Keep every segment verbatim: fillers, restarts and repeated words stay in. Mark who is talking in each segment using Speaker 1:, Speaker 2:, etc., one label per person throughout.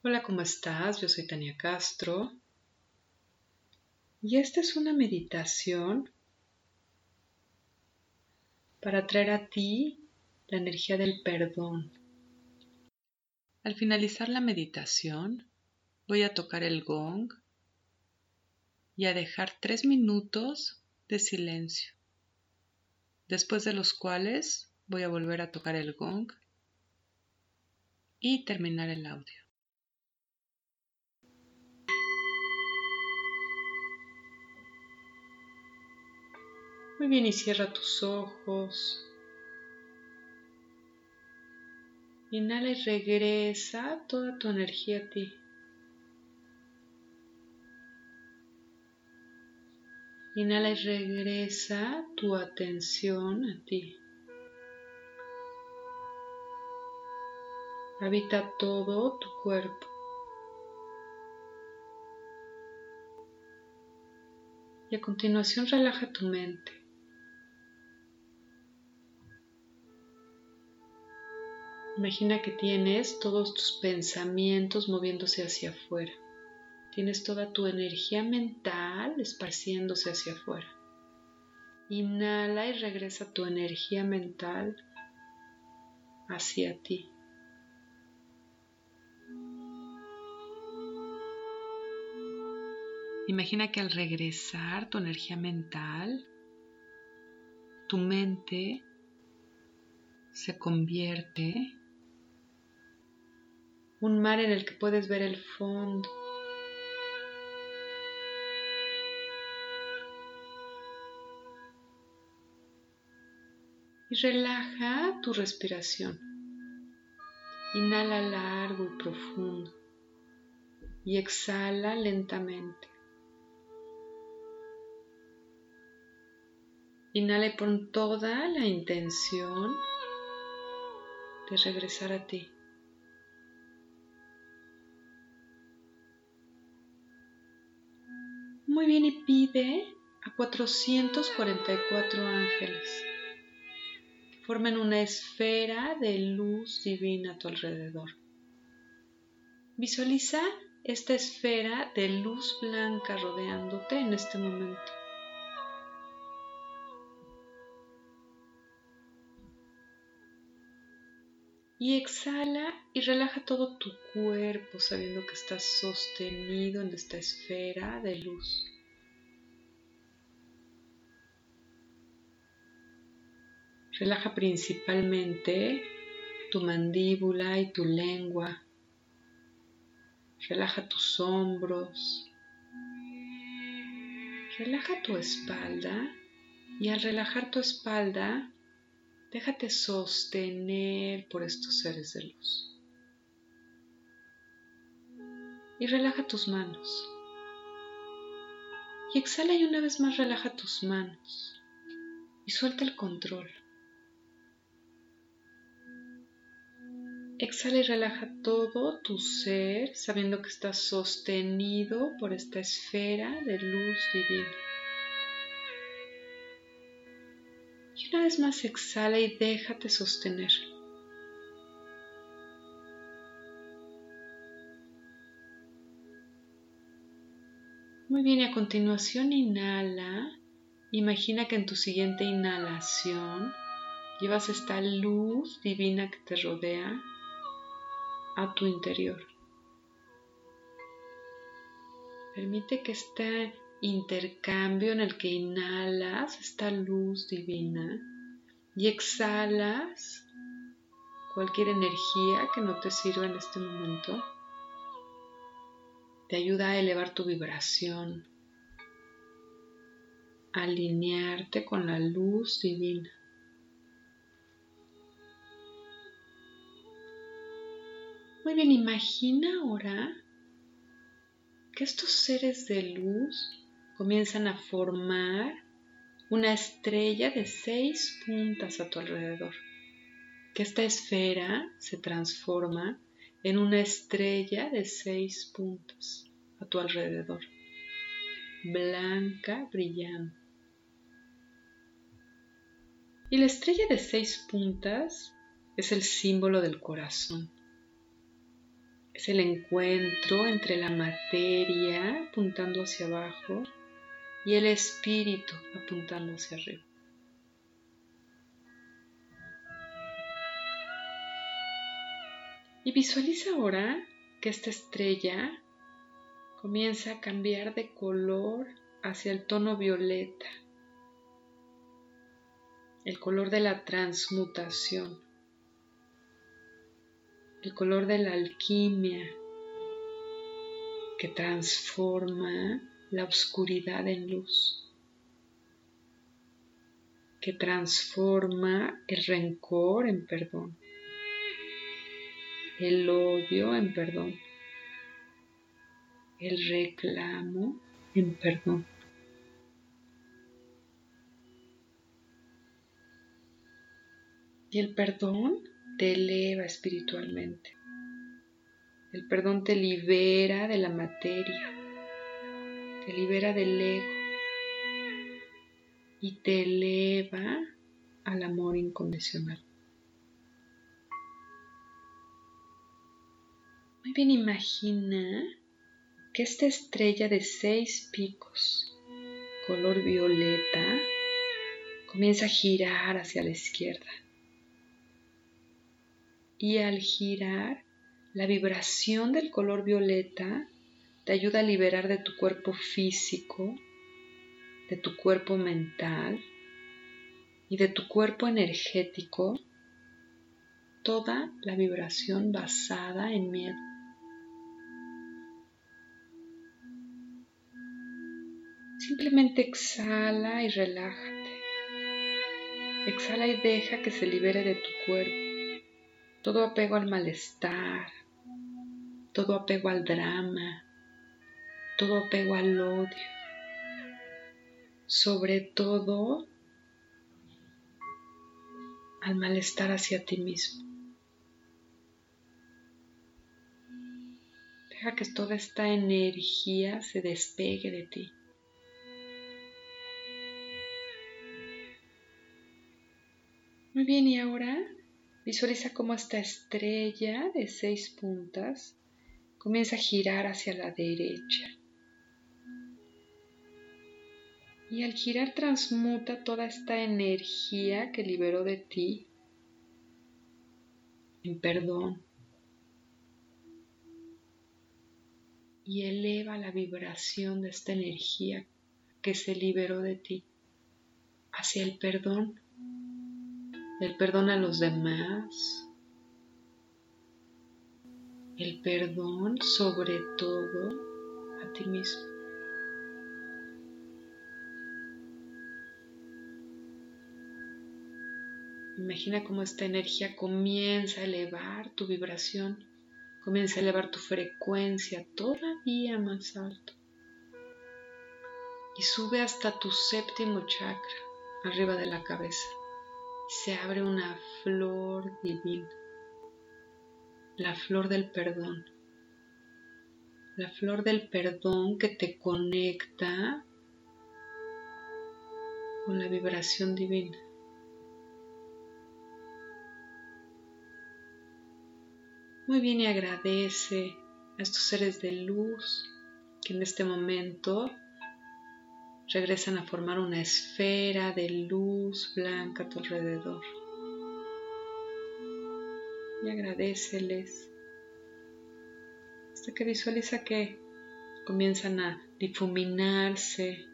Speaker 1: Hola, ¿cómo estás? Yo soy Tania Castro y esta es una meditación para traer a ti la energía del perdón. Al finalizar la meditación, voy a tocar el gong y a dejar tres minutos de silencio, después de los cuales voy a volver a tocar el gong y terminar el audio. Muy bien, y cierra tus ojos. Inhala y regresa toda tu energía a ti. Inhala y regresa tu atención a ti. Habita todo tu cuerpo. Y a continuación relaja tu mente. Imagina que tienes todos tus pensamientos moviéndose hacia afuera. Tienes toda tu energía mental esparciéndose hacia afuera. Inhala y regresa tu energía mental hacia ti. Imagina que al regresar tu energía mental, tu mente se convierte en un mar en el que puedes ver el fondo. Y relaja tu respiración. Inhala largo y profundo y exhala lentamente. Inhala y pon toda la intención de regresar a ti. Muy bien, y pide a cuatrocientos cuarenta y cuatro ángeles que formen una esfera de luz divina a tu alrededor. Visualiza esta esfera de luz blanca rodeándote en este momento. Y exhala y relaja todo tu cuerpo sabiendo que estás sostenido en esta esfera de luz. Relaja principalmente tu mandíbula y tu lengua. Relaja tus hombros. Relaja tu espalda y al relajar tu espalda, déjate sostener por estos seres de luz. Y relaja tus manos. Y exhala y una vez más relaja tus manos. Y suelta el control. Exhala y relaja todo tu ser, sabiendo que estás sostenido por esta esfera de luz divina. Y una vez más exhala y déjate sostener. Muy bien, y a continuación inhala. Imagina que en tu siguiente inhalación llevas esta luz divina que te rodea a tu interior. Permite que este intercambio en el que inhalas esta luz divina y exhalas cualquier energía que no te sirva en este momento, te ayuda a elevar tu vibración, a alinearte con la luz divina. Muy bien, imagina ahora que estos seres de luz comienzan a formar una estrella de seis puntas a tu alrededor. Que esta esfera se transforma en una estrella de seis puntas a tu alrededor, blanca, brillante. Y la estrella de seis puntas es el símbolo del corazón. Es el encuentro entre la materia apuntando hacia abajo y el espíritu apuntando hacia arriba. Y visualiza ahora que esta estrella comienza a cambiar de color hacia el tono violeta, el color de la transmutación, el color de la alquimia que transforma la oscuridad en luz, que transforma el rencor en perdón, el odio en perdón, el reclamo en perdón. Y el perdón te eleva espiritualmente. El perdón te libera de la materia, te libera del ego y te eleva al amor incondicional. Muy bien, imagina que esta estrella de seis picos, color violeta, comienza a girar hacia la izquierda. Y al girar, la vibración del color violeta te ayuda a liberar de tu cuerpo físico, de tu cuerpo mental y de tu cuerpo energético toda la vibración basada en miedo. Simplemente exhala y relájate. Exhala y deja que se libere de tu cuerpo todo apego al malestar, todo apego al drama, todo apego al odio, sobre todo al malestar hacia ti mismo. Deja que toda esta energía se despegue de ti. Muy bien, y ahora visualiza cómo esta estrella de seis puntas comienza a girar hacia la derecha. Y al girar transmuta toda esta energía que liberó de ti en perdón. Y eleva la vibración de esta energía que se liberó de ti hacia el perdón. El perdón a los demás. El perdón sobre todo a ti mismo. Imagina cómo esta energía comienza a elevar tu vibración, comienza a elevar tu frecuencia todavía más alto y sube hasta tu séptimo chakra, arriba de la cabeza. Se abre una flor divina, la flor del perdón, la flor del perdón que te conecta con la vibración divina. Muy bien, y agradece a estos seres de luz que en este momento regresan a formar una esfera de luz blanca a tu alrededor. Y agradéceles hasta que visualiza que comienzan a difuminarse.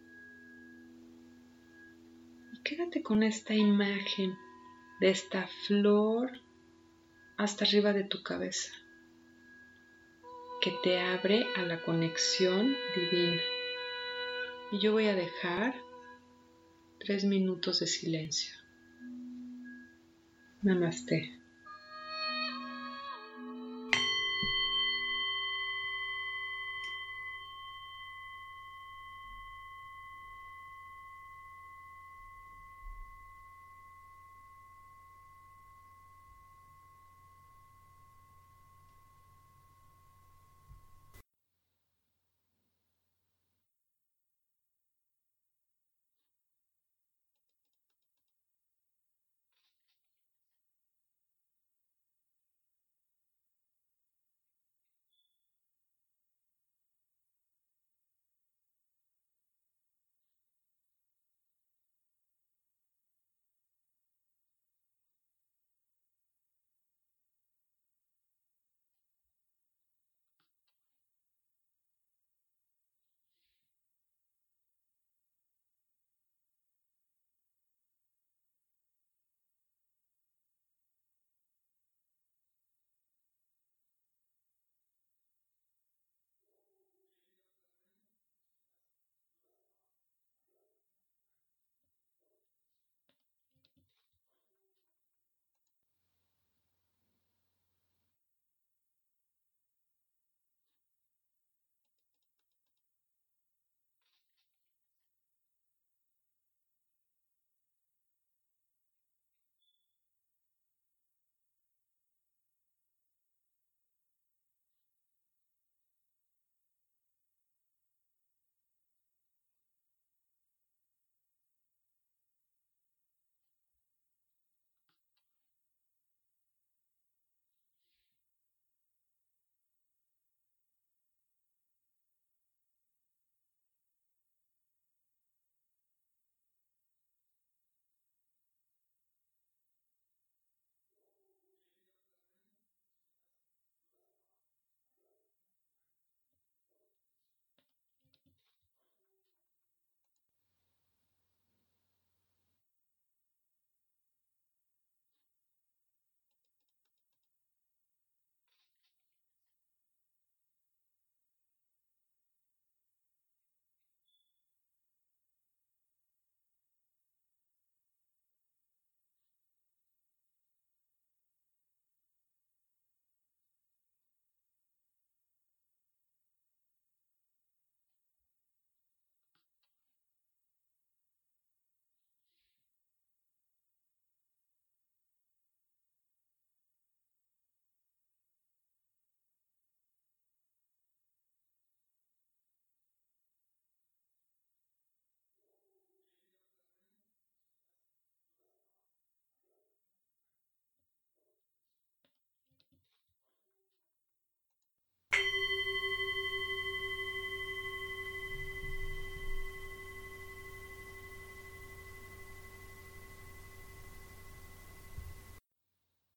Speaker 1: Y quédate con esta imagen de esta flor hasta arriba de tu cabeza, que te abre a la conexión divina. Y yo voy a dejar tres minutos de silencio. Namaste.